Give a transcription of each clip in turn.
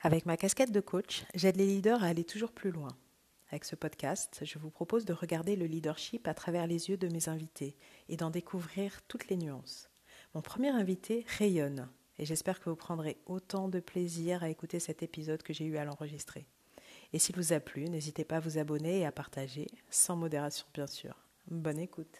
Avec ma casquette de coach, j'aide les leaders à aller toujours plus loin. Avec ce podcast, je vous propose de regarder le leadership à travers les yeux de mes invités et d'en découvrir toutes les nuances. Mon premier invité rayonne et j'espère que vous prendrez autant de plaisir à écouter cet épisode que j'ai eu à l'enregistrer. Et s'il vous a plu, n'hésitez pas à vous abonner et à partager, sans modération bien sûr. Bonne écoute.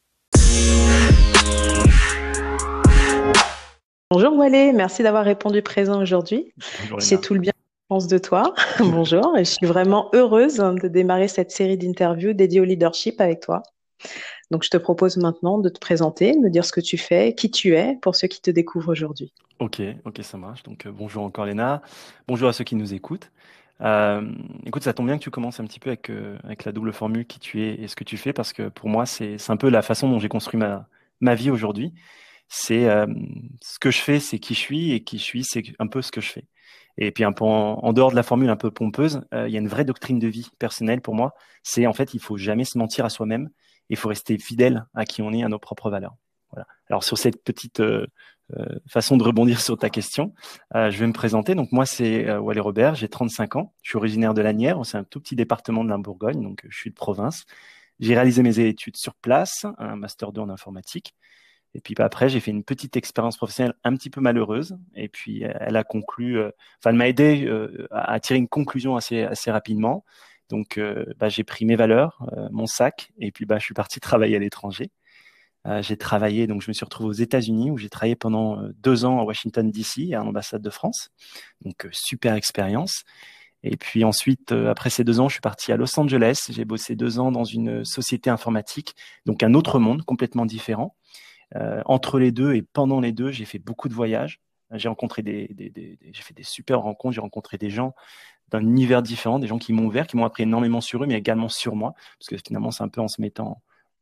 Bonjour Walé, merci d'avoir répondu présent aujourd'hui. Bonjour C'est Léna. tout le bien que je pense de toi. Bonjour, et je suis vraiment heureuse de démarrer cette série d'interviews dédiée au leadership avec toi. Donc je te propose maintenant de te présenter, de me dire ce que tu fais, qui tu es, pour ceux qui te découvrent aujourd'hui. Ok, ça marche. Donc bonjour encore Léna. Bonjour à ceux qui nous écoutent. Euh, Écoute, ça tombe bien que tu commences un petit peu avec la double formule qui tu es et ce que tu fais, parce que pour moi, c'est un peu la façon dont j'ai construit ma vie aujourd'hui. C'est ce que je fais, c'est qui je suis, et qui je suis, c'est un peu ce que je fais. Et puis un peu en dehors de la formule un peu pompeuse, il y a une vraie doctrine de vie personnelle pour moi. C'est en fait, il faut jamais se mentir à soi-même. Il faut rester fidèle à qui on est, à nos propres valeurs. Voilà. Alors sur cette petite façon de rebondir sur ta question, je vais me présenter. Donc moi, c'est Walé Robert, j'ai 35 ans. Je suis originaire de Lanière, c'est un tout petit département de la Bourgogne, donc je suis de province. J'ai réalisé mes études sur place, un master 2 en informatique. Et puis après, j'ai fait une petite expérience professionnelle un petit peu malheureuse. Et puis elle a conclu, enfin, elle m'a aidé à tirer une conclusion assez rapidement. Donc, j'ai pris mes valeurs, mon sac, et puis je suis parti travailler à l'étranger. J'ai travaillé, donc je me suis retrouvé aux États-Unis où j'ai travaillé pendant 2 ans à Washington DC, à l'ambassade de France. Donc, super expérience. Et puis ensuite, après ces 2 ans, je suis parti à Los Angeles. J'ai bossé 2 ans dans une société informatique, donc un autre monde complètement différent. Entre les deux et pendant les deux, j'ai fait beaucoup de voyages. J'ai rencontré j'ai fait des super rencontres. J'ai rencontré des gens d'un univers différent, des gens qui m'ont ouvert, qui m'ont appris énormément sur eux, mais également sur moi, parce que finalement, c'est un peu en se mettant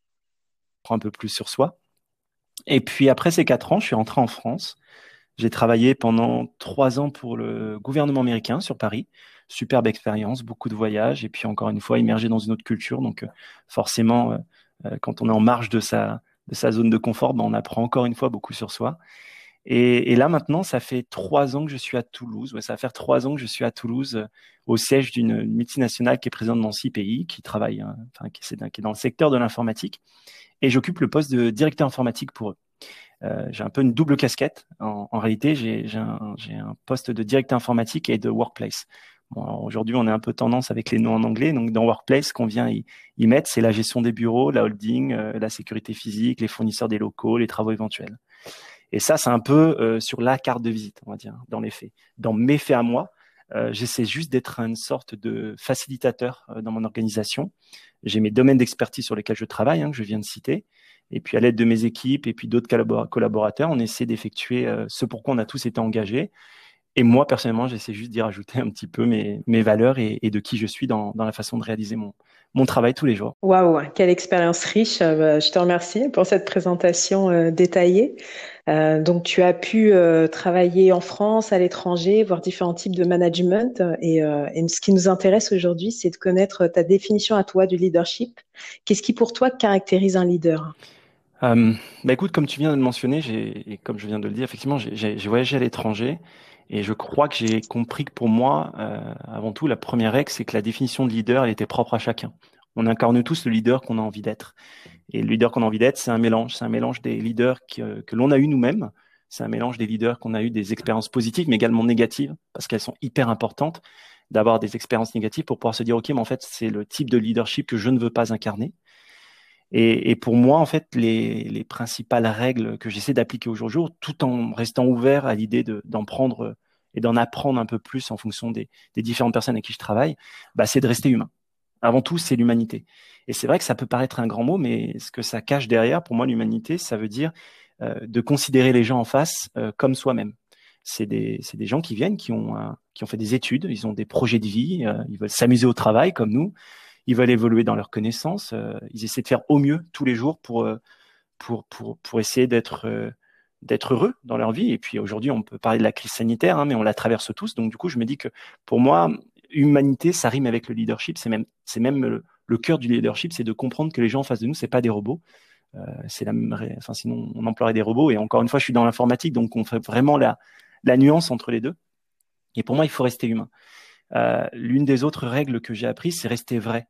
un peu plus sur soi. Et puis après ces 4 ans, je suis rentré en France. J'ai travaillé pendant 3 ans pour le gouvernement américain sur Paris. Superbe expérience, beaucoup de voyages, et puis encore une fois, immergé dans une autre culture. Donc forcément, quand on est en marge de sa zone de confort, on apprend encore une fois beaucoup sur soi. Et là maintenant, ça fait 3 ans que je suis à Toulouse. Ouais, ça va faire 3 ans que je suis à Toulouse, au siège d'une multinationale qui est présente dans 6 pays, qui travaille, enfin qui est dans le secteur de l'informatique. Et j'occupe le poste de directeur informatique pour eux. J'ai un peu une double casquette. En réalité, j'ai un poste de directeur informatique et de workplace. Bon, alors aujourd'hui, on est un peu tendance avec les noms en anglais. Donc, dans workplace, ce qu'on vient y mettre, c'est la gestion des bureaux, la holding, la sécurité physique, les fournisseurs des locaux, les travaux éventuels. Et ça, c'est un peu sur la carte de visite, on va dire, dans les faits. Dans mes faits à moi, j'essaie juste d'être une sorte de facilitateur dans mon organisation. J'ai mes domaines d'expertise sur lesquels je travaille, que je viens de citer. Et puis, à l'aide de mes équipes et puis d'autres collaborateurs, on essaie d'effectuer ce pour quoi on a tous été engagés. Et moi, personnellement, j'essaie juste d'y rajouter un petit peu mes valeurs et de qui je suis dans la façon de réaliser mon travail tous les jours. Waouh, quelle expérience riche. Je te remercie pour cette présentation détaillée. Donc, tu as pu travailler en France, à l'étranger, voir différents types de management. Et ce qui nous intéresse aujourd'hui, c'est de connaître ta définition à toi du leadership. Qu'est-ce qui, pour toi, caractérise un leader? Euh, Écoute, comme tu viens de le mentionner, et comme je viens de le dire, effectivement, j'ai voyagé à l'étranger et je crois que j'ai compris que pour moi, avant tout, la première règle, c'est que la définition de leader, elle était propre à chacun. On incarne tous le leader qu'on a envie d'être. Et le leader qu'on a envie d'être, c'est un mélange. C'est un mélange des leaders que l'on a eu nous-mêmes. C'est un mélange des leaders qu'on a eu des expériences positives, mais également négatives, parce qu'elles sont hyper importantes d'avoir des expériences négatives pour pouvoir se dire, OK, mais en fait, c'est le type de leadership que je ne veux pas incarner. Et pour moi, en fait, les principales règles que j'essaie d'appliquer au jour le jour, tout en restant ouvert à l'idée d'en prendre et d'en apprendre un peu plus en fonction des différentes personnes avec qui je travaille, c'est de rester humain. Avant tout, c'est l'humanité. Et c'est vrai que ça peut paraître un grand mot, mais ce que ça cache derrière, pour moi, l'humanité, ça veut dire de considérer les gens en face comme soi-même. C'est des gens qui viennent, qui ont fait des études, ils ont des projets de vie, ils veulent s'amuser au travail comme nous, ils veulent évoluer dans leurs connaissances, ils essaient de faire au mieux tous les jours pour essayer d'être heureux dans leur vie. Et puis aujourd'hui, on peut parler de la crise sanitaire, mais on la traverse tous. Donc du coup, je me dis que pour moi, humanité, ça rime avec le leadership. C'est même le cœur du leadership, c'est de comprendre que les gens en face de nous, c'est pas des robots. Enfin, sinon, on emploierait des robots. Et encore une fois, je suis dans l'informatique, donc on fait vraiment la nuance entre les deux. Et pour moi, il faut rester humain. L'une des autres règles que j'ai apprises, c'est rester vrai.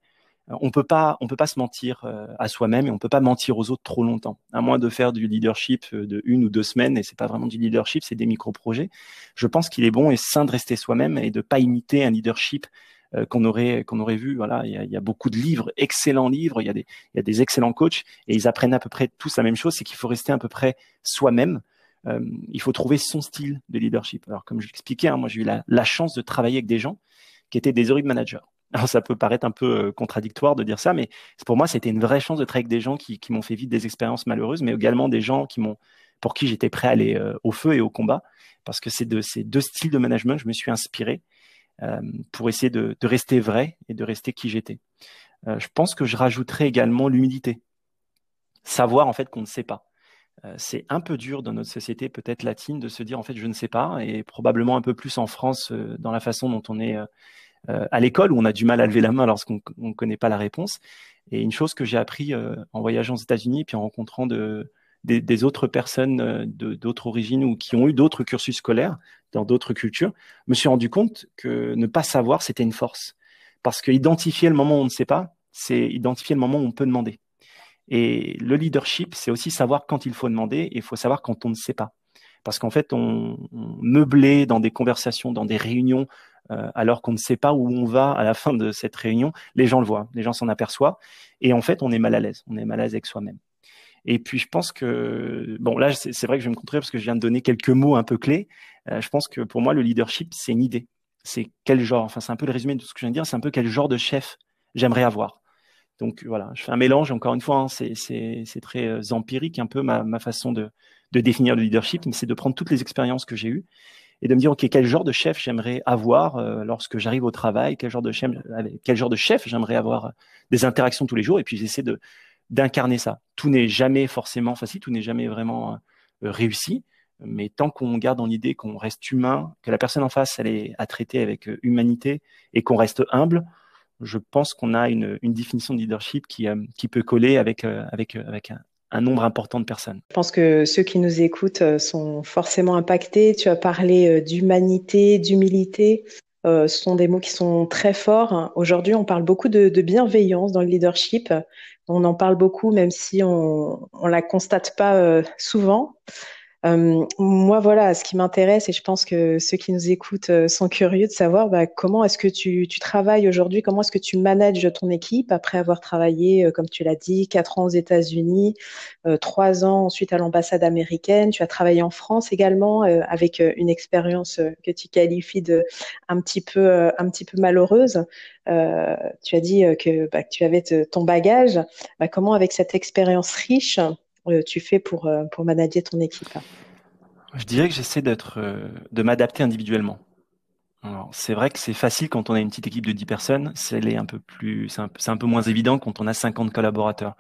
On peut pas se mentir à soi-même et on peut pas mentir aux autres trop longtemps, à moins de faire du leadership de 1 ou 2 semaines, et c'est pas vraiment du leadership, c'est des micro-projets. Je pense qu'il est bon et sain de rester soi-même et de pas imiter un leadership qu'on aurait vu. Voilà, il y a beaucoup de livres, excellents livres, il y a des excellents coachs et ils apprennent à peu près tous la même chose, c'est qu'il faut rester à peu près soi-même. Il faut trouver son style de leadership. Alors comme je l'expliquais, hein, moi j'ai eu la chance de travailler avec des gens qui étaient des horribles managers. Alors ça peut paraître un peu contradictoire de dire ça, mais pour moi c'était une vraie chance de travailler avec des gens qui m'ont fait vivre des expériences malheureuses, mais également des gens pour qui j'étais prêt à aller au feu et au combat, parce que c'est de ces deux styles de management je me suis inspiré pour essayer de rester vrai et de rester qui j'étais. Je pense que je rajouterais également l'humilité, savoir en fait qu'on ne sait pas. C'est un peu dur dans notre société peut-être latine de se dire en fait je ne sais pas, et probablement un peu plus en France dans la façon dont on est à l'école, où on a du mal à lever la main lorsqu'on ne connaît pas la réponse. Et une chose que j'ai appris en voyageant aux États-Unis, puis en rencontrant des autres personnes d'autres origines ou qui ont eu d'autres cursus scolaires dans d'autres cultures, je me suis rendu compte que ne pas savoir, c'était une force. Parce que identifier le moment où on ne sait pas, c'est identifier le moment où on peut demander. Et le leadership, c'est aussi savoir quand il faut demander et il faut savoir quand on ne sait pas. Parce qu'en fait, on meublait dans des conversations, dans des réunions, alors qu'on ne sait pas où on va à la fin de cette réunion. Les gens le voient, les gens s'en aperçoivent. Et en fait, on est mal à l'aise. On est mal à l'aise avec soi-même. Et puis, je pense que, bon, là, c'est vrai que je vais me contredire parce que je viens de donner quelques mots un peu clés. Je pense que pour moi, le leadership, c'est une idée. C'est quel genre, enfin, c'est un peu le résumé de tout ce que je viens de dire, c'est un peu quel genre de chef j'aimerais avoir. Donc voilà, je fais un mélange, encore une fois, hein, c'est très empirique un peu ma façon de définir le leadership, mais c'est de prendre toutes les expériences que j'ai eues et de me dire, OK, quel genre de chef j'aimerais avoir lorsque j'arrive au travail, quel genre de chef j'aimerais avoir des interactions tous les jours, et puis j'essaie d'incarner ça. Tout n'est jamais forcément facile, tout n'est jamais vraiment réussi, mais tant qu'on garde en idée qu'on reste humain, que la personne en face, elle est à traiter avec humanité et qu'on reste humble, je pense qu'on a une définition de leadership qui peut coller avec un nombre important de personnes. Je pense que ceux qui nous écoutent sont forcément impactés. Tu as parlé d'humanité, d'humilité. Ce sont des mots qui sont très forts. Aujourd'hui, on parle beaucoup de bienveillance dans le leadership. On en parle beaucoup, même si on la constate pas souvent. Moi, voilà, ce qui m'intéresse, et je pense que ceux qui nous écoutent sont curieux de savoir bah, comment est-ce que tu travailles aujourd'hui, comment est-ce que tu manages ton équipe après avoir travaillé, comme tu l'as dit, 4 ans aux États-Unis, 3 ans ensuite à l'ambassade américaine. Tu as travaillé en France également avec une expérience que tu qualifies de un petit peu malheureuse. Tu as dit que tu avais ton bagage. Bah, comment, avec cette expérience riche, tu fais pour manager ton équipe? Je dirais que j'essaie de m'adapter individuellement. Alors, c'est vrai que c'est facile quand on a une petite équipe de 10 personnes, c'est un peu moins évident quand on a 50 collaborateurs.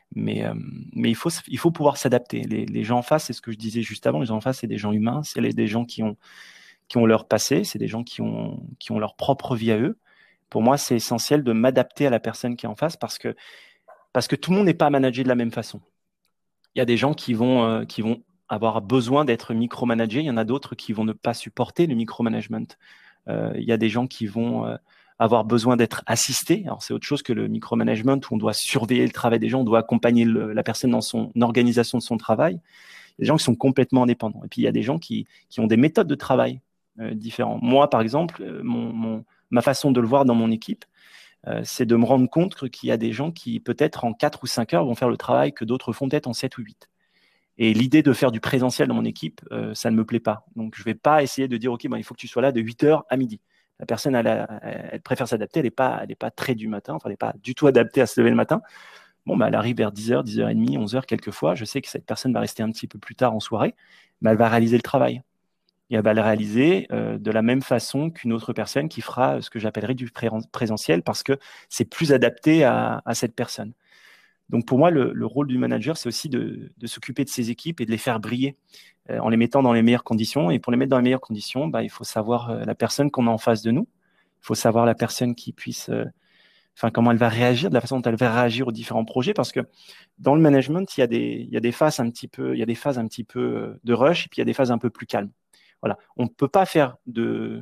Mais il faut pouvoir s'adapter. Les gens en face, c'est ce que je disais juste avant, les gens en face, c'est des gens humains, des gens qui ont leur passé, c'est des gens qui ont leur propre vie à eux. Pour moi, c'est essentiel de m'adapter à la personne qui est en face parce que tout le monde n'est pas managé de la même façon. Il y a des gens qui vont avoir besoin d'être micromanagés, il y en a d'autres qui vont ne pas supporter le micromanagement. Il y a des gens qui vont avoir besoin d'être assistés. Alors, c'est autre chose que le micromanagement où on doit surveiller le travail des gens, on doit accompagner la personne dans son organisation de son travail. Il y a des gens qui sont complètement indépendants. Et puis, il y a des gens qui ont des méthodes de travail différentes. Moi, par exemple, ma façon de le voir dans mon équipe, c'est de me rendre compte qu'il y a des gens qui, peut-être en 4 ou 5 heures, vont faire le travail que d'autres font peut-être en 7 ou 8. Et l'idée de faire du présentiel dans mon équipe, ça ne me plaît pas. Donc, je ne vais pas essayer de dire, OK, ben, il faut que tu sois là de 8 heures à midi. La personne, elle préfère s'adapter. Elle n'est pas très du matin. Enfin, elle n'est pas du tout adaptée à se lever le matin. Bon, ben, elle arrive vers 10 heures, 10h30, 11 heures quelquefois. Je sais que cette personne va rester un petit peu plus tard en soirée, mais elle va réaliser le travail. Et elle va le réaliser de la même façon qu'une autre personne qui fera ce que j'appellerais du présentiel parce que c'est plus adapté à cette personne. Donc pour moi, le rôle du manager, c'est aussi de s'occuper de ses équipes et de les faire briller en les mettant dans les meilleures conditions. Et pour les mettre dans les meilleures conditions, bah, il faut savoir la personne qu'on a en face de nous. Il faut savoir la personne qui puisse, comment elle va réagir, de la façon dont elle va réagir aux différents projets. Parce que dans le management, il y a des phases un petit peu, il y a des phases un petit peu de rush et puis il y a des phases un peu plus calmes. Voilà. On ne peut pas faire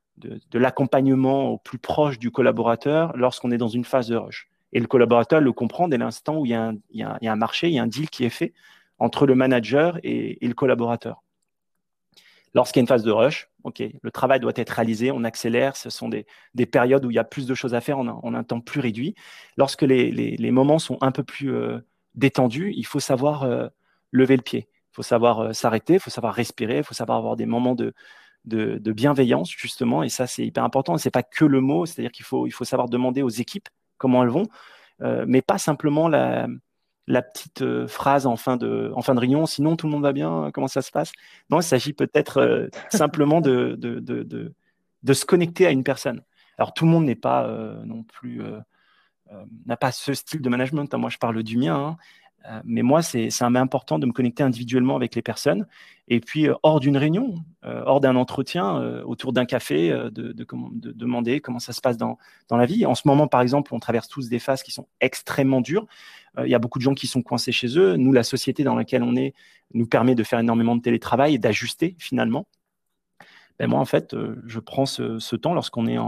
de l'accompagnement au plus proche du collaborateur lorsqu'on est dans une phase de rush. Et le collaborateur le comprend dès l'instant où il y a un marché, il y a un deal qui est fait entre le manager et le collaborateur. Lorsqu'il y a une phase de rush, OK, le travail doit être réalisé, on accélère, ce sont des périodes où il y a plus de choses à faire en un temps plus réduit. Lorsque les moments sont un peu plus détendus, il faut savoir lever le pied, il faut savoir s'arrêter, il faut savoir respirer, il faut savoir avoir des moments de bienveillance, justement, et ça, c'est hyper important. Ce n'est pas que le mot, c'est-à-dire il faut savoir demander aux équipes comment elles vont, mais pas simplement la petite phrase en fin de réunion, sinon tout le monde va bien, comment ça se passe? Non, il s'agit peut-être simplement de se connecter à une personne. Alors, tout le monde n'est pas non plus, n'a pas ce style de management, hein. Moi, je parle du mien, hein. Mais moi, c'est important de me connecter individuellement avec les personnes. Et puis, hors d'une réunion, hors d'un entretien, autour d'un café, de demander comment ça se passe dans la vie. En ce moment, par exemple, on traverse tous des phases qui sont extrêmement dures. Il y a beaucoup de gens qui sont coincés chez eux. Nous, la société dans laquelle on est nous permet de faire énormément de télétravail et d'ajuster finalement. Ben moi, en fait, je prends ce temps lorsqu'on est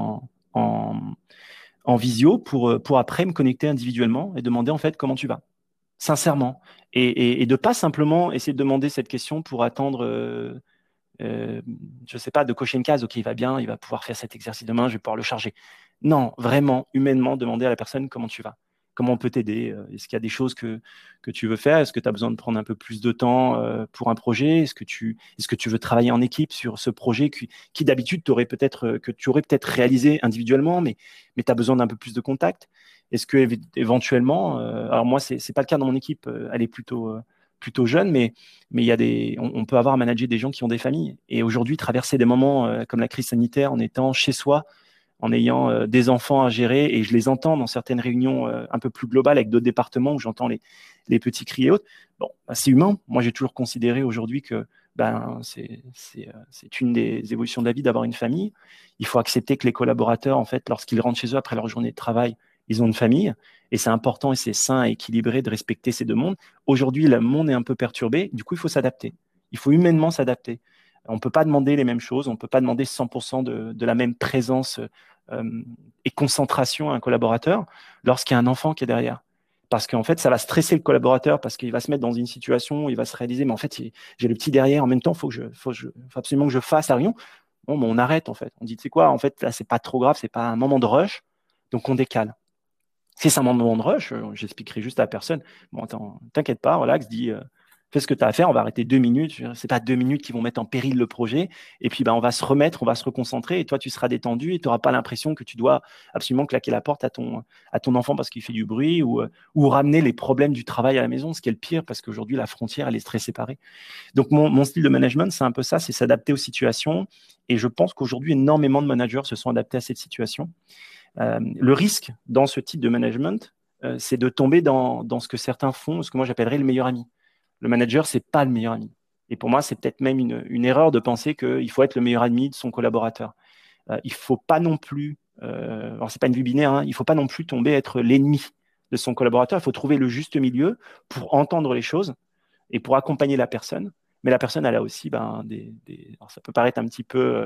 en visio pour après me connecter individuellement et demander en fait comment tu vas sincèrement, et de pas simplement essayer de demander cette question pour attendre, je sais pas, de cocher une case, ok, il va bien, il va pouvoir faire cet exercice demain, je vais pouvoir le charger. Non, vraiment, humainement, demander à la personne comment tu vas, comment on peut t'aider, est-ce qu'il y a des choses que tu veux faire, est-ce que tu as besoin de prendre un peu plus de temps pour un projet, est-ce que tu veux travailler en équipe sur ce projet qui d'habitude que tu aurais peut-être réalisé individuellement, mais tu as besoin d'un peu plus de contact. Est-ce que éventuellement, alors moi c'est pas le cas dans mon équipe, elle est plutôt jeune, mais il y a on peut avoir à manager des gens qui ont des familles. Et aujourd'hui, traverser des moments comme la crise sanitaire en étant chez soi, en ayant des enfants à gérer, et je les entends dans certaines réunions un peu plus globales avec d'autres départements où j'entends les petits cris et autres. Bon, bah, c'est humain. Moi, j'ai toujours considéré aujourd'hui que c'est une des évolutions de la vie d'avoir une famille. Il faut accepter que les collaborateurs, en fait, lorsqu'ils rentrent chez eux après leur journée de travail, ils ont une famille, et c'est important et c'est sain et équilibré de respecter ces deux mondes. Aujourd'hui, le monde est un peu perturbé, du coup, il faut s'adapter. Il faut humainement s'adapter. On ne peut pas demander les mêmes choses, on ne peut pas demander 100% de la même présence et concentration à un collaborateur lorsqu'il y a un enfant qui est derrière. Parce qu'en fait, ça va stresser le collaborateur parce qu'il va se mettre dans une situation où il va se réaliser, mais en fait, j'ai le petit derrière, en même temps, il faut absolument que je fasse la réunion. Bon, on arrête, en fait. On dit, tu sais quoi, en fait, là, c'est pas trop grave, c'est pas un moment de rush, donc on décale. Si c'est un moment de rush, j'expliquerai juste à la personne. Bon, attends, t'inquiète pas, relax, dis, fais ce que tu as à faire, on va arrêter 2 minutes. C'est pas 2 minutes qui vont mettre en péril le projet. Et puis, on va se remettre, on va se reconcentrer. Et toi, tu seras détendu et tu n'auras pas l'impression que tu dois absolument claquer la porte à ton enfant parce qu'il fait du bruit ou ramener les problèmes du travail à la maison, ce qui est le pire parce qu'aujourd'hui, la frontière, elle est très séparée. Donc, mon style de management, c'est un peu ça, c'est s'adapter aux situations. Et je pense qu'aujourd'hui, énormément de managers se sont adaptés à cette situation. Le risque dans ce type de management, c'est de tomber dans ce que certains font, ce que moi j'appellerais le meilleur ami. Le manager, c'est pas le meilleur ami. Et pour moi, c'est peut-être même une erreur de penser qu'il faut être le meilleur ami de son collaborateur. Il faut pas non plus, alors c'est pas une vue binaire, hein, il faut pas non plus tomber être l'ennemi de son collaborateur. Il faut trouver le juste milieu pour entendre les choses et pour accompagner la personne. Mais la personne, elle a aussi alors ça peut paraître un petit peu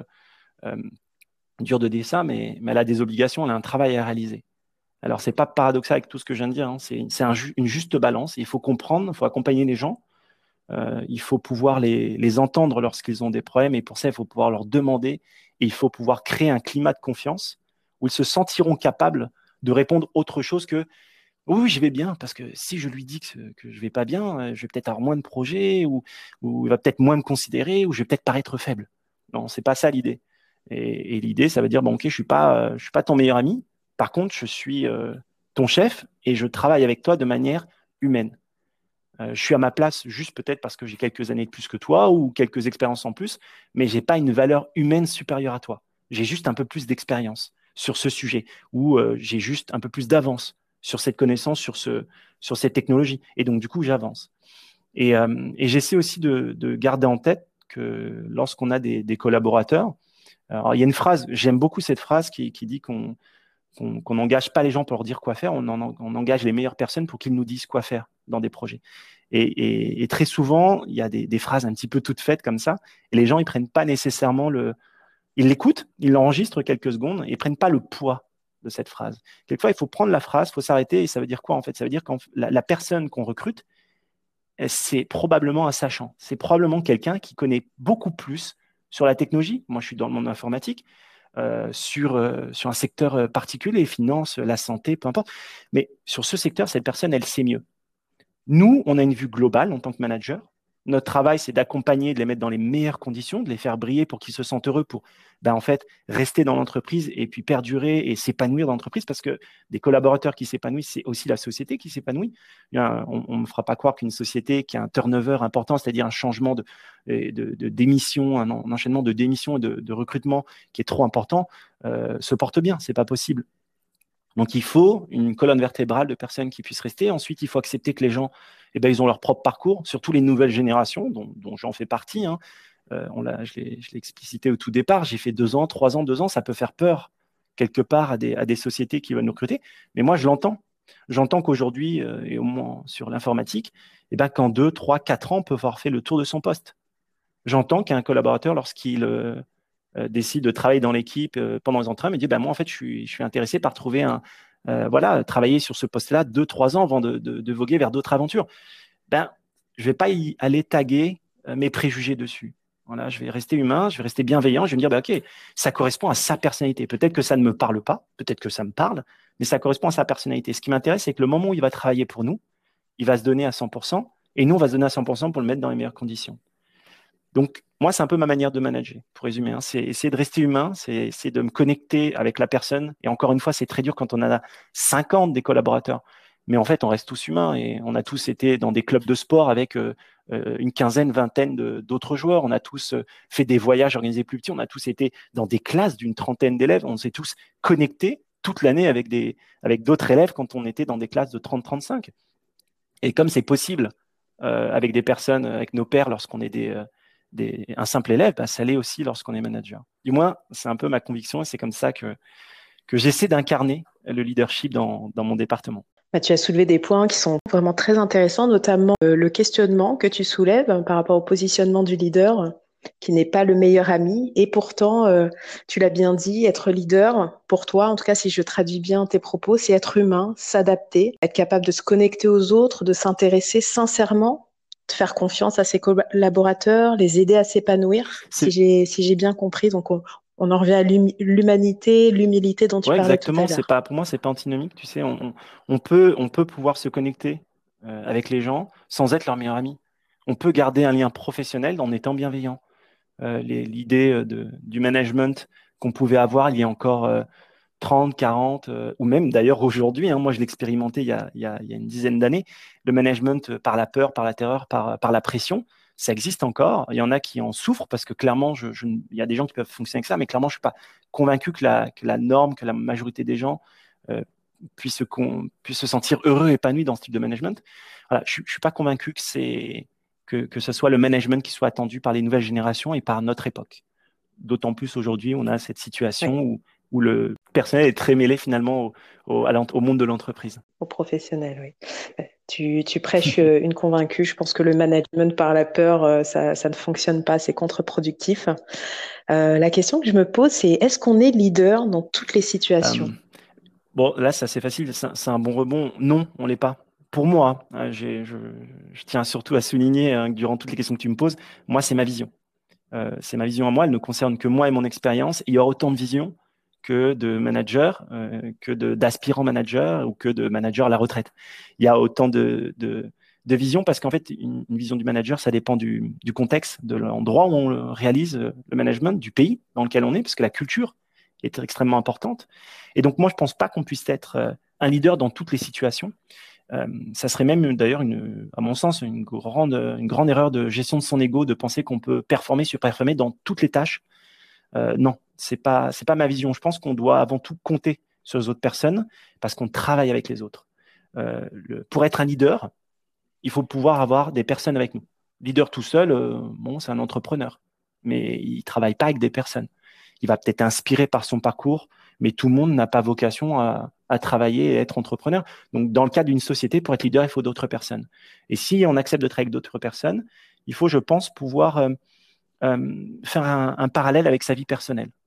dur de dire ça, mais elle a des obligations, elle a un travail à réaliser. Alors, c'est pas paradoxal avec tout ce que je viens de dire, hein. C'est une juste balance. Il faut comprendre, il faut accompagner les gens, il faut pouvoir les entendre lorsqu'ils ont des problèmes, et pour ça, il faut pouvoir leur demander, et il faut pouvoir créer un climat de confiance où ils se sentiront capables de répondre autre chose que oui, je vais bien, parce que si je lui dis que je vais pas bien, je vais peut-être avoir moins de projets, ou il va peut-être moins me considérer, ou je vais peut-être paraître faible. Non, c'est pas ça l'idée. Et l'idée, ça veut dire, bon, ok, je suis pas ton meilleur ami. Par contre, je suis ton chef et je travaille avec toi de manière humaine. Je suis à ma place juste peut-être parce que j'ai quelques années de plus que toi ou quelques expériences en plus, mais j'ai pas une valeur humaine supérieure à toi. J'ai juste un peu plus d'expérience sur ce sujet ou j'ai juste un peu plus d'avance sur cette connaissance, sur cette technologie. Et donc, du coup, j'avance. Et j'essaie aussi de garder en tête que lorsqu'on a des collaborateurs, alors, il y a une phrase, j'aime beaucoup cette phrase qui dit qu'on n'engage pas les gens pour leur dire quoi faire, on engage les meilleures personnes pour qu'ils nous disent quoi faire dans des projets. Et très souvent, il y a des phrases un petit peu toutes faites comme ça, et les gens, ils prennent pas nécessairement Ils l'écoutent, ils l'enregistrent quelques secondes et ne prennent pas le poids de cette phrase. Quelquefois, il faut prendre la phrase, il faut s'arrêter et ça veut dire quoi en fait? Ça veut dire que la personne qu'on recrute, c'est probablement un sachant. C'est probablement quelqu'un qui connaît beaucoup plus sur la technologie. Moi, je suis dans le monde informatique, sur un secteur particulier, finance, la santé, peu importe. Mais sur ce secteur, cette personne, elle sait mieux. Nous, on a une vue globale en tant que manager. Notre travail, c'est d'accompagner, de les mettre dans les meilleures conditions, de les faire briller pour qu'ils se sentent heureux, pour en fait, rester dans l'entreprise et puis perdurer et s'épanouir dans l'entreprise, parce que des collaborateurs qui s'épanouissent, c'est aussi la société qui s'épanouit. On ne me fera pas croire qu'une société qui a un turnover important, c'est-à-dire un changement de démission, un enchaînement de démissions et de recrutement qui est trop important, se porte bien. Ce n'est pas possible. Donc, il faut une colonne vertébrale de personnes qui puissent rester. Ensuite, il faut accepter que les gens, ils ont leur propre parcours, surtout les nouvelles générations, dont j'en fais partie. Hein. Je l'ai explicité au tout départ. J'ai fait 2 ans, 3 ans, 2 ans. Ça peut faire peur quelque part à des sociétés qui veulent nous recruter. Mais moi, je l'entends. J'entends qu'aujourd'hui, et au moins sur l'informatique, qu'en 2, 3, 4 ans, on peut avoir fait le tour de son poste. J'entends qu'un collaborateur, lorsqu'il décide de travailler dans l'équipe pendant les entretiens, me dit moi en fait je suis intéressé par trouver travailler sur ce poste-là 2, 3 ans avant de voguer vers d'autres aventures. Je vais pas y aller taguer mes préjugés dessus. Voilà, je vais rester humain, je vais rester bienveillant, je vais me dire ok, ça correspond à sa personnalité. Peut-être que ça ne me parle pas, peut-être que ça me parle, mais ça correspond à sa personnalité. Ce qui m'intéresse, c'est que le moment où il va travailler pour nous, il va se donner à 100%, et nous on va se donner à 100% pour le mettre dans les meilleures conditions. Donc, moi, c'est un peu ma manière de manager, pour résumer. Hein. C'est essayer de rester humain, c'est de me connecter avec la personne. Et encore une fois, c'est très dur quand on a 50 des collaborateurs. Mais en fait, on reste tous humains et on a tous été dans des clubs de sport avec une quinzaine, vingtaine d'autres joueurs. On a tous fait des voyages organisés plus petits. On a tous été dans des classes d'une trentaine d'élèves. On s'est tous connectés toute l'année avec d'autres élèves quand on était dans des classes de 30-35. Et comme c'est possible avec des personnes, avec nos pairs, lorsqu'on est un simple élève, ça l'est aussi lorsqu'on est manager. Du moins, c'est un peu ma conviction et c'est comme ça que j'essaie d'incarner le leadership dans mon département. Tu as soulevé des points qui sont vraiment très intéressants, notamment le questionnement que tu soulèves par rapport au positionnement du leader, qui n'est pas le meilleur ami. Et pourtant, tu l'as bien dit, être leader, pour toi, en tout cas, si je traduis bien tes propos, c'est être humain, s'adapter, être capable de se connecter aux autres, de s'intéresser sincèrement, de faire confiance à ses collaborateurs, les aider à s'épanouir, si j'ai bien compris. Donc, on en revient à l'humanité, l'humilité dont tu parlais tout à l'heure. Exactement. Pour moi, c'est pas antinomique. Tu sais, on peut pouvoir se connecter avec les gens sans être leur meilleur ami. On peut garder un lien professionnel en étant bienveillant. L'idée du management qu'on pouvait avoir il y a encore 30, 40, ou même d'ailleurs aujourd'hui, hein, moi je l'ai expérimenté il y a une dizaine d'années, le management par la peur, par la terreur, par la pression, ça existe encore. Il y en a qui en souffrent parce que clairement, il y a des gens qui peuvent fonctionner avec ça, mais clairement, je ne suis pas convaincu que la norme, que la majorité des gens puissent se sentir heureux et épanouis dans ce type de management. Voilà, je ne suis pas convaincu que ce soit le management qui soit attendu par les nouvelles générations et par notre époque. D'autant plus aujourd'hui, on a cette situation où le personnel est très mêlé finalement au monde de l'entreprise. Au professionnel, oui. Tu prêches une convaincue. Je pense que le management par la peur, ça ne fonctionne pas, c'est contre-productif. La question que je me pose, c'est est-ce qu'on est leader dans toutes les situations? Bon, là, c'est assez facile, c'est un bon rebond. Non, on ne l'est pas. Pour moi, je tiens surtout à souligner que durant toutes les questions que tu me poses, moi, c'est ma vision. C'est ma vision à moi, elle ne concerne que moi et mon expérience. Il y aura autant de visions que de managers, que d'aspirants managers ou que de managers à la retraite. Il y a autant de visions parce qu'en fait, une vision du manager, ça dépend du contexte, de l'endroit où on réalise le management, du pays dans lequel on est, parce que la culture est extrêmement importante. Et donc, moi, je ne pense pas qu'on puisse être un leader dans toutes les situations. Ça serait même d'ailleurs, à mon sens, une grande erreur de gestion de son ego de penser qu'on peut performer, surperformer dans toutes les tâches. Non, c'est pas ma vision. Je pense qu'on doit avant tout compter sur les autres personnes parce qu'on travaille avec les autres. Pour être un leader, il faut pouvoir avoir des personnes avec nous. Leader tout seul, c'est un entrepreneur, mais il travaille pas avec des personnes. Il va peut-être inspiré par son parcours, mais tout le monde n'a pas vocation à travailler et être entrepreneur. Donc, dans le cadre d'une société, pour être leader, il faut d'autres personnes. Et si on accepte de travailler avec d'autres personnes, il faut, je pense, pouvoir faire un parallèle avec sa vie personnelle.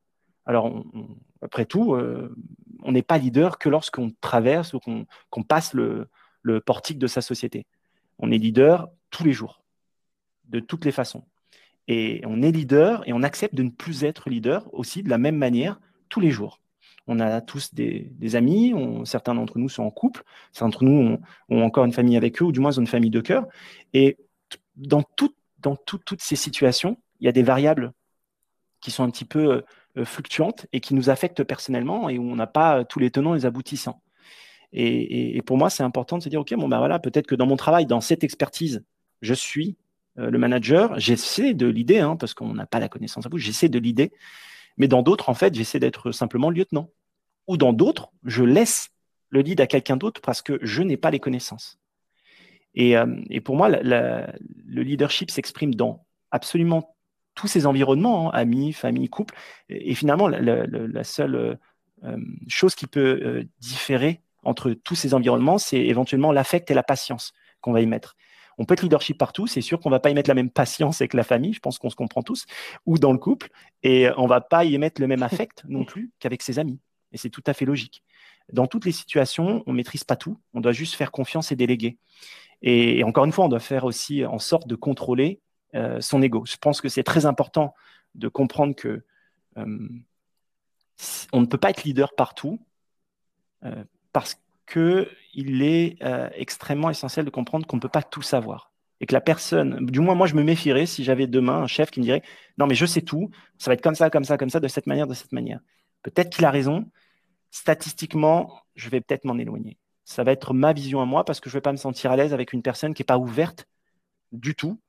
Alors, après tout, on n'est pas leader que lorsqu'on traverse ou qu'on passe le portique de sa société. On est leader tous les jours, de toutes les façons. Et on est leader et on accepte de ne plus être leader aussi de la même manière tous les jours. On a tous des amis, certains d'entre nous sont en couple, certains d'entre nous ont encore une famille avec eux, ou du moins ils ont une famille de cœur. Et dans toutes ces situations, il y a des variables qui sont un petit peu fluctuantes et qui nous affectent personnellement et où on n'a pas tous les tenants et les aboutissants. Et pour moi, c'est important de se dire, OK, bon, ben voilà, peut-être que dans mon travail, dans cette expertise, je suis le manager, j'essaie de l'idée, hein, parce qu'on n'a pas la connaissance à bout, j'essaie de l'idée, mais dans d'autres, en fait, j'essaie d'être simplement lieutenant. Ou dans d'autres, je laisse le lead à quelqu'un d'autre parce que je n'ai pas les connaissances. Et pour moi, le leadership s'exprime dans absolument tous ces environnements, hein, amis, famille, couple. Et finalement, la seule chose qui peut différer entre tous ces environnements, c'est éventuellement l'affect et la patience qu'on va y mettre. On peut être leadership partout, c'est sûr qu'on ne va pas y mettre la même patience avec la famille, je pense qu'on se comprend tous, ou dans le couple, et on ne va pas y mettre le même affect non plus qu'avec ses amis. Et c'est tout à fait logique. Dans toutes les situations, on ne maîtrise pas tout, on doit juste faire confiance et déléguer. Et encore une fois, on doit faire aussi en sorte de contrôler son ego. Je pense que c'est très important de comprendre que on ne peut pas être leader partout parce qu'il est extrêmement essentiel de comprendre qu'on ne peut pas tout savoir. Et que la personne, du moins moi je me méfierais si j'avais demain un chef qui me dirait non mais je sais tout, ça va être comme ça, comme ça, comme ça, de cette manière, de cette manière. Peut-être qu'il a raison, statistiquement, je vais peut-être m'en éloigner. Ça va être ma vision à moi parce que je ne vais pas me sentir à l'aise avec une personne qui n'est pas ouverte du tout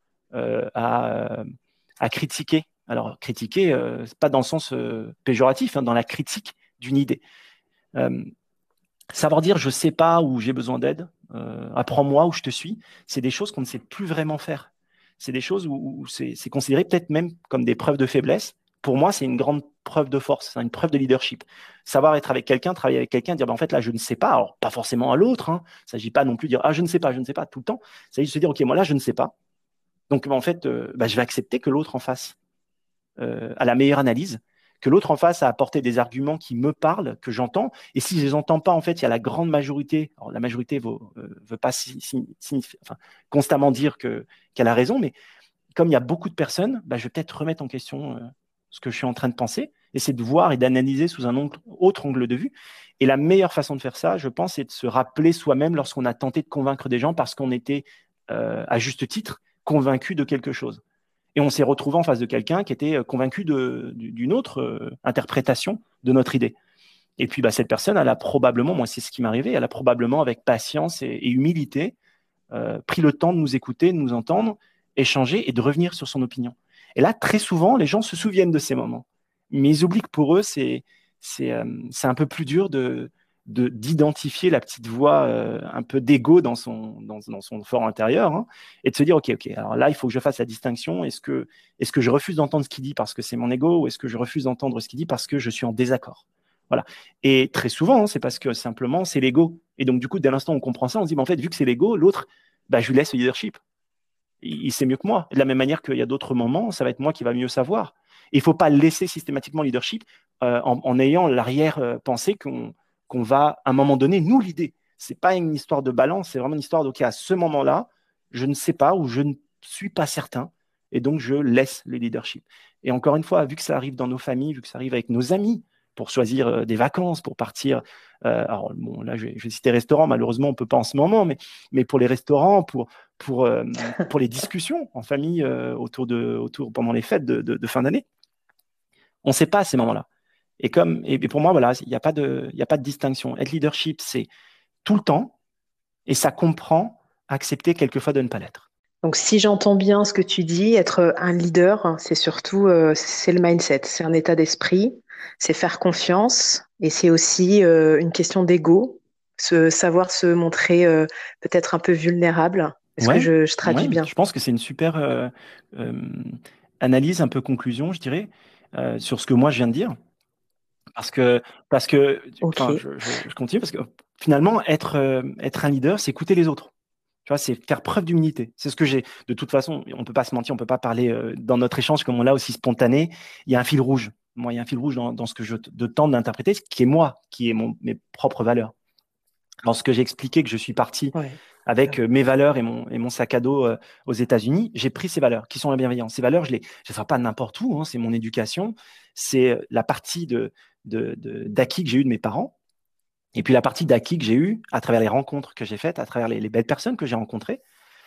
à critiquer. Alors, critiquer, pas dans le sens péjoratif, hein, dans la critique d'une idée. Savoir dire je ne sais pas ou j'ai besoin d'aide, apprends-moi ou je te suis, c'est des choses qu'on ne sait plus vraiment faire. C'est des choses où c'est considéré peut-être même comme des preuves de faiblesse. Pour moi, c'est une grande preuve de force, c'est une preuve de leadership. Savoir être avec quelqu'un, travailler avec quelqu'un, dire ben, en fait là je ne sais pas, alors pas forcément à l'autre, hein. Il ne s'agit pas non plus de dire ah je ne sais pas tout le temps. Il s'agit de se dire ok moi là je ne sais pas. Donc en fait je vais accepter que l'autre en face à la meilleure analyse, que l'autre en face a apporté des arguments qui me parlent, que j'entends. Et si je les entends pas, en fait, il y a la grande majorité. Alors la majorité veut pas constamment dire qu'elle a raison, mais comme il y a beaucoup de personnes, je vais peut-être remettre en question ce que je suis en train de penser, essayer de voir et d'analyser sous un autre angle de vue. Et la meilleure façon de faire ça, je pense, c'est de se rappeler soi-même lorsqu'on a tenté de convaincre des gens parce qu'on était, à juste titre, convaincu de quelque chose. Et on s'est retrouvé en face de quelqu'un qui était convaincu d'une autre interprétation de notre idée. Et puis, cette personne, elle a probablement, moi, c'est ce qui m'est arrivé, elle a probablement, avec patience et humilité, pris le temps de nous écouter, de nous entendre, échanger et de revenir sur son opinion. Et là, très souvent, les gens se souviennent de ces moments. Mais ils oublient que pour eux, c'est un peu plus dur d'identifier la petite voix un peu d'ego dans son fort intérieur, hein, et de se dire, OK, alors là, il faut que je fasse la distinction. Est-ce que je refuse d'entendre ce qu'il dit parce que c'est mon ego ou est-ce que je refuse d'entendre ce qu'il dit parce que je suis en désaccord? Voilà. Et très souvent, hein, c'est parce que simplement, c'est l'ego. Et donc, du coup, dès l'instant où on comprend ça, on se dit, en fait, vu que c'est l'ego, l'autre, je lui laisse le leadership. Il sait mieux que moi. De la même manière qu'il y a d'autres moments, ça va être moi qui va mieux savoir. Il ne faut pas laisser systématiquement le leadership en ayant l'arrière-pensée qu'on va, à un moment donné, nous l'idée. Ce n'est pas une histoire de balance, c'est vraiment une histoire d'OK, à ce moment-là, je ne sais pas ou je ne suis pas certain, et donc je laisse le leadership. Et encore une fois, vu que ça arrive dans nos familles, vu que ça arrive avec nos amis, pour choisir des vacances, pour partir. Alors, bon, là, je vais citer restaurant, malheureusement, on ne peut pas en ce moment, mais pour les restaurants, pour les discussions en famille autour pendant les fêtes de fin d'année, on ne sait pas à ces moments-là. Et pour moi, voilà, il n'y a pas de distinction. Être leadership, c'est tout le temps, et ça comprend accepter quelquefois de ne pas l'être. Donc, si j'entends bien ce que tu dis, être un leader, c'est surtout c'est le mindset, c'est un état d'esprit, c'est faire confiance, et c'est aussi une question d'ego, savoir se montrer peut-être un peu vulnérable. Est-ce que je traduis bien? Je pense que c'est une super analyse, un peu conclusion, je dirais, sur ce que moi je viens de dire. Parce que Okay. je continue, parce que finalement, être un leader, c'est écouter les autres. Tu vois, c'est faire preuve d'humilité. C'est ce que de toute façon, on ne peut pas se mentir, on ne peut pas parler dans notre échange comme on l'a aussi spontané. Il y a un fil rouge. Moi, il y a un fil rouge dans ce que je tente d'interpréter, ce qui est moi, qui est mes propres valeurs. Lorsque j'ai expliqué que je suis parti Ouais. avec mes valeurs et mon sac à dos aux États-Unis, j'ai pris ces valeurs qui sont la bienveillance. Ces valeurs, je ne les sors pas n'importe où, hein, c'est mon éducation, c'est la partie d'acquis que j'ai eu de mes parents, et puis la partie d'acquis que j'ai eu à travers les rencontres que j'ai faites, à travers les belles personnes que j'ai rencontrées.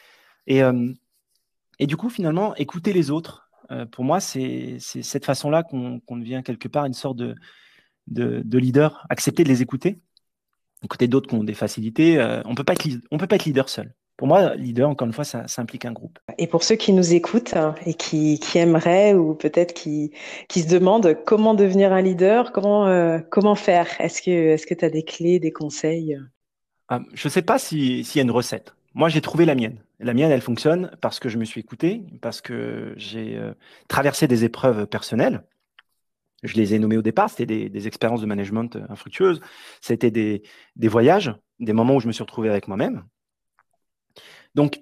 Et du coup, finalement, écouter les autres, pour moi, c'est cette façon-là qu'on devient quelque part une sorte de leader, accepter de les écouter. Écouter d'autres qui ont des facilités. On peut pas être leader seul. Pour moi, leader, encore une fois, ça implique un groupe. Et pour ceux qui nous écoutent et qui aimeraient ou peut-être qui se demandent comment devenir un leader, comment faire? Est-ce que tu as des clés, des conseils? Je ne sais pas s'il y a une recette. Moi, j'ai trouvé la mienne. La mienne, elle fonctionne parce que je me suis écouté, parce que j'ai traversé des épreuves personnelles. Je les ai nommées au départ. C'était des expériences de management infructueuses. C'était des voyages, des moments où je me suis retrouvé avec moi-même. Donc,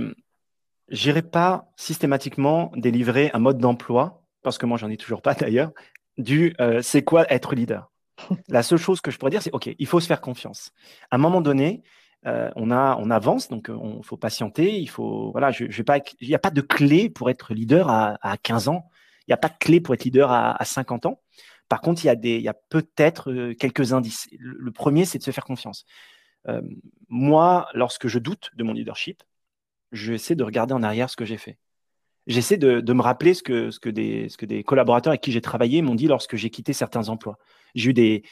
je n'irai pas systématiquement délivrer un mode d'emploi, parce que moi, j'en ai toujours pas d'ailleurs, c'est quoi être leader. La seule chose que je pourrais dire, c'est OK, il faut se faire confiance. À un moment donné, on avance, donc il faut patienter. Voilà, il n'y a pas de clé pour être leader à 15 ans. Il n'y a pas de clé pour être leader à 50 ans. Par contre, il y a peut-être quelques indices. Le premier, c'est de se faire confiance. Moi, lorsque je doute de mon leadership, j'essaie de regarder en arrière ce que j'ai fait. J'essaie de me rappeler ce que des collaborateurs avec qui j'ai travaillé m'ont dit lorsque j'ai quitté certains emplois. J'ai eu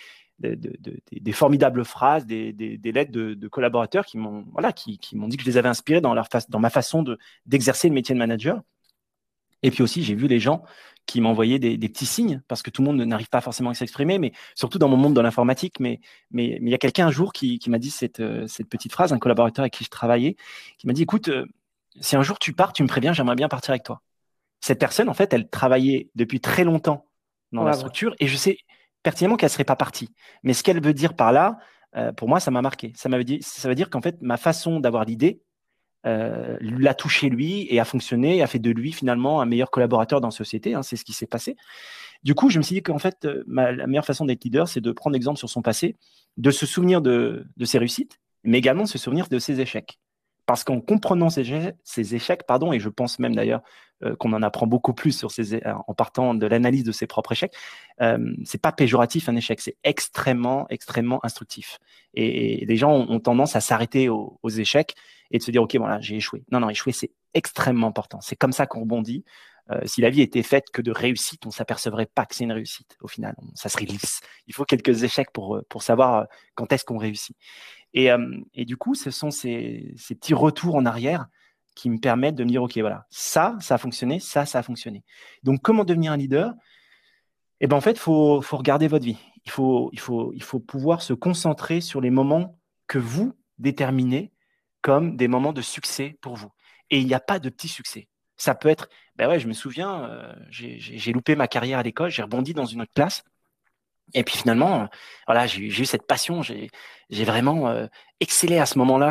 des formidables phrases, des lettres de collaborateurs qui m'ont dit que je les avais inspirés dans ma façon d'exercer le métier de manager. Et puis aussi, j'ai vu les gens qui m'envoyaient des petits signes, parce que tout le monde n'arrive pas forcément à s'exprimer, mais surtout dans mon monde de l'informatique. Mais il y a quelqu'un un jour qui m'a dit cette petite phrase, un collaborateur avec qui je travaillais, qui m'a dit, écoute, si un jour tu pars, tu me préviens, j'aimerais bien partir avec toi. Cette personne, en fait, elle travaillait depuis très longtemps dans la Wow. structure et je sais pertinemment qu'elle ne serait pas partie. Mais ce qu'elle veut dire par là, pour moi, ça m'a marqué. Ça veut dire qu'en fait, ma façon d'avoir l'idée l'a touché lui et a fonctionné, a fait de lui finalement un meilleur collaborateur dans la société. Hein, c'est ce qui s'est passé. Du coup, je me suis dit qu'en fait, la meilleure façon d'être leader, c'est de prendre exemple sur son passé, de se souvenir de ses réussites, mais également de se souvenir de ses échecs. Parce qu'en comprenant ces échecs, et je pense même d'ailleurs qu'on en apprend beaucoup plus en partant de l'analyse de ses propres échecs, c'est pas péjoratif un échec, c'est extrêmement, extrêmement instructif. Et les gens ont tendance à s'arrêter aux échecs et de se dire, OK, voilà, j'ai échoué. Non, échouer, c'est extrêmement important. C'est comme ça qu'on rebondit. Si la vie était faite que de réussite, on ne s'apercevrait pas que c'est une réussite. Au final, ça serait lisse. Il faut quelques échecs pour savoir quand est-ce qu'on réussit. Et du coup, ce sont ces petits retours en arrière qui me permettent de me dire, OK, voilà, ça a fonctionné, ça a fonctionné. Donc, comment devenir un leader? Eh ben, en fait, il faut regarder votre vie. Il faut pouvoir se concentrer sur les moments que vous déterminez comme des moments de succès pour vous. Et il n'y a pas de petits succès. Ça peut être, ben ouais, je me souviens, j'ai loupé ma carrière à l'école, j'ai rebondi dans une autre classe. Et puis finalement, voilà, j'ai eu cette passion, j'ai vraiment excellé à ce moment-là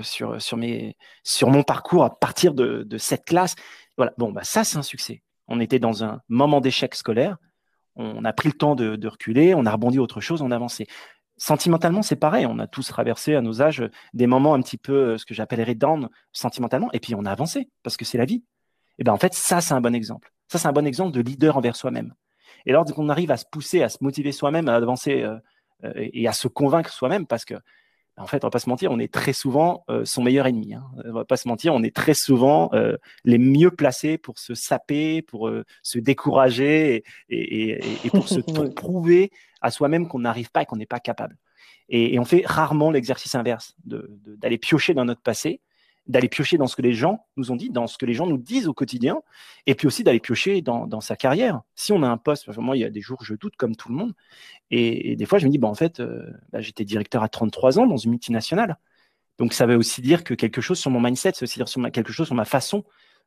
sur mon parcours à partir de cette classe. Voilà, bon, bah, ça, c'est un succès. On était dans un moment d'échec scolaire, on a pris le temps de reculer, on a rebondi autre chose, on a avancé. Sentimentalement, c'est pareil, on a tous traversé à nos âges des moments un petit peu, ce que j'appellerais down sentimentalement, et puis on a avancé, parce que c'est la vie. Et ben en fait, ça, c'est un bon exemple. Ça, c'est un bon exemple de leader envers soi-même. Et lorsqu'on arrive à se pousser, à se motiver soi-même, à avancer et à se convaincre soi-même, parce que, en fait, on va pas se mentir, on est très souvent son meilleur ennemi. Hein. On va pas se mentir, on est très souvent les mieux placés pour se saper, pour se décourager et pour se prouver à soi-même qu'on n'arrive pas et qu'on n'est pas capable. Et on fait rarement l'exercice inverse, d'aller piocher dans notre passé, d'aller piocher dans ce que les gens nous ont dit, dans ce que les gens nous disent au quotidien, et puis aussi d'aller piocher dans sa carrière. Si on a un poste, moi, il y a des jours où je doute comme tout le monde, et des fois, je me dis, en fait, j'étais directeur à 33 ans dans une multinationale. Donc, ça veut aussi dire que quelque chose sur mon mindset, c'est aussi dire quelque chose sur ma façon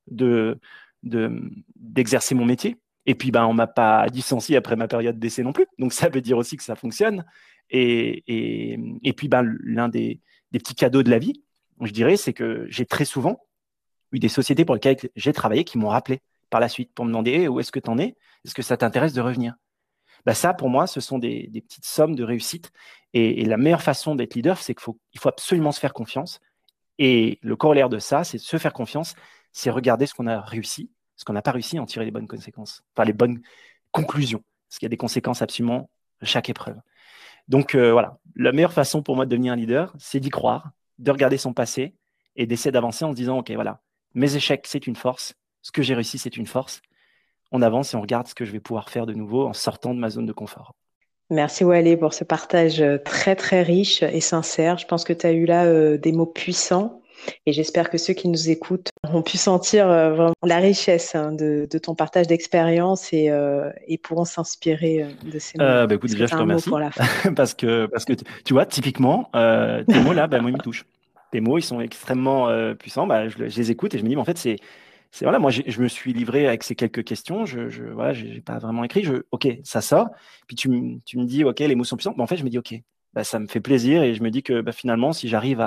d'exercer mon métier. Et puis, on ne m'a pas licencié après ma période d'essai non plus. Donc, ça veut dire aussi que ça fonctionne. Et puis, l'un des petits cadeaux de la vie, je dirais, c'est que j'ai très souvent eu des sociétés pour lesquelles j'ai travaillé qui m'ont rappelé par la suite pour me demander où est-ce que tu en es? Est-ce que ça t'intéresse de revenir? Bah ça, pour moi, ce sont des petites sommes de réussite. Et la meilleure façon d'être leader, c'est qu'il faut absolument se faire confiance. Et le corollaire de ça, c'est se faire confiance, c'est regarder ce qu'on a réussi, ce qu'on n'a pas réussi, et en tirer les bonnes conséquences, enfin les bonnes conclusions, parce qu'il y a des conséquences absolument à chaque épreuve. Donc voilà, la meilleure façon pour moi de devenir un leader, c'est d'y croire, de regarder son passé et d'essayer d'avancer en se disant, OK, voilà, mes échecs, c'est une force, ce que j'ai réussi, c'est une force. On avance et on regarde ce que je vais pouvoir faire de nouveau en sortant de ma zone de confort. Merci Walé pour ce partage très très riche et sincère. Je pense que tu as eu là des mots puissants et j'espère que ceux qui nous écoutent ont pu sentir vraiment la richesse de ton partage d'expérience et pourront s'inspirer de ces mots. Bah, écoute, Est-ce que déjà, tu je as te un mot pour remercie la fin? parce que tu vois, typiquement, tes mots là, bah, moi, ils me touchent. Tes mots, ils sont extrêmement puissants. Bah, je les écoute et je me dis, mais en fait, c'est voilà, moi, je me suis livré avec ces quelques questions. Voilà, j'ai pas vraiment écrit. Ok, ça sort. Puis tu me dis, ok, les mots sont puissants. Bah, en fait, je me dis, ok, bah, ça me fait plaisir et je me dis que bah, finalement, si j'arrive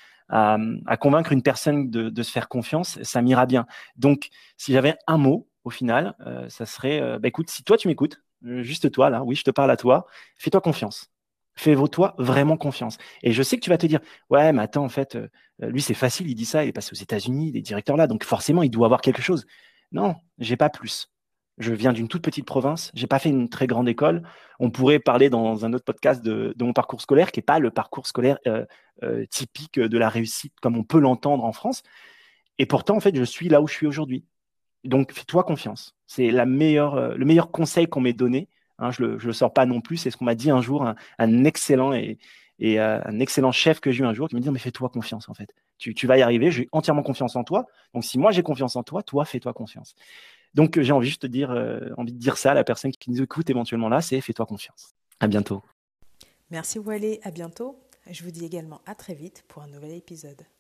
à convaincre une personne de se faire confiance, ça m'ira bien. Donc, si j'avais un mot au final, ça serait, bah, écoute, si toi tu m'écoutes, juste toi là, oui, je te parle à toi, fais-toi confiance. Fais-toi vraiment confiance. Et je sais que tu vas te dire, ouais, mais attends, en fait, lui c'est facile, il dit ça, il est passé aux États-Unis, il est directeur là, donc forcément il doit avoir quelque chose. Non, j'ai pas plus. Je viens d'une toute petite province, j'ai pas fait une très grande école. On pourrait parler dans un autre podcast de mon parcours scolaire, qui est pas le parcours scolaire typique de la réussite comme on peut l'entendre en France. Et pourtant, en fait, je suis là où je suis aujourd'hui. Donc, fais-toi confiance. C'est le meilleur conseil qu'on m'ait donné. Hein, je le sors pas non plus. C'est ce qu'on m'a dit un jour, un excellent un excellent chef que j'ai eu un jour qui me dit, mais fais-toi confiance, en fait. Tu vas y arriver. J'ai entièrement confiance en toi. Donc, si moi j'ai confiance en toi, toi, fais-toi confiance. Donc, j'ai envie, envie de dire ça à la personne qui nous écoute éventuellement là, c'est fais-toi confiance. À bientôt. Merci Walé, à bientôt. Je vous dis également à très vite pour un nouvel épisode.